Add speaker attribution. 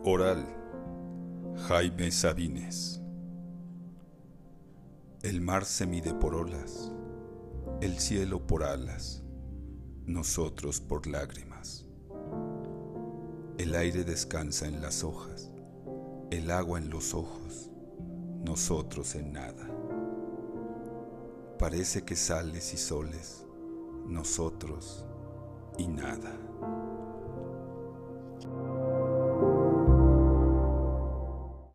Speaker 1: Oral, Jaime Sabines. El mar se mide por olas, el cielo por alas, nosotros por lágrimas. El aire descansa en las hojas, el agua en los ojos, nosotros en nada. Parece que sales y soles, nosotros y nada.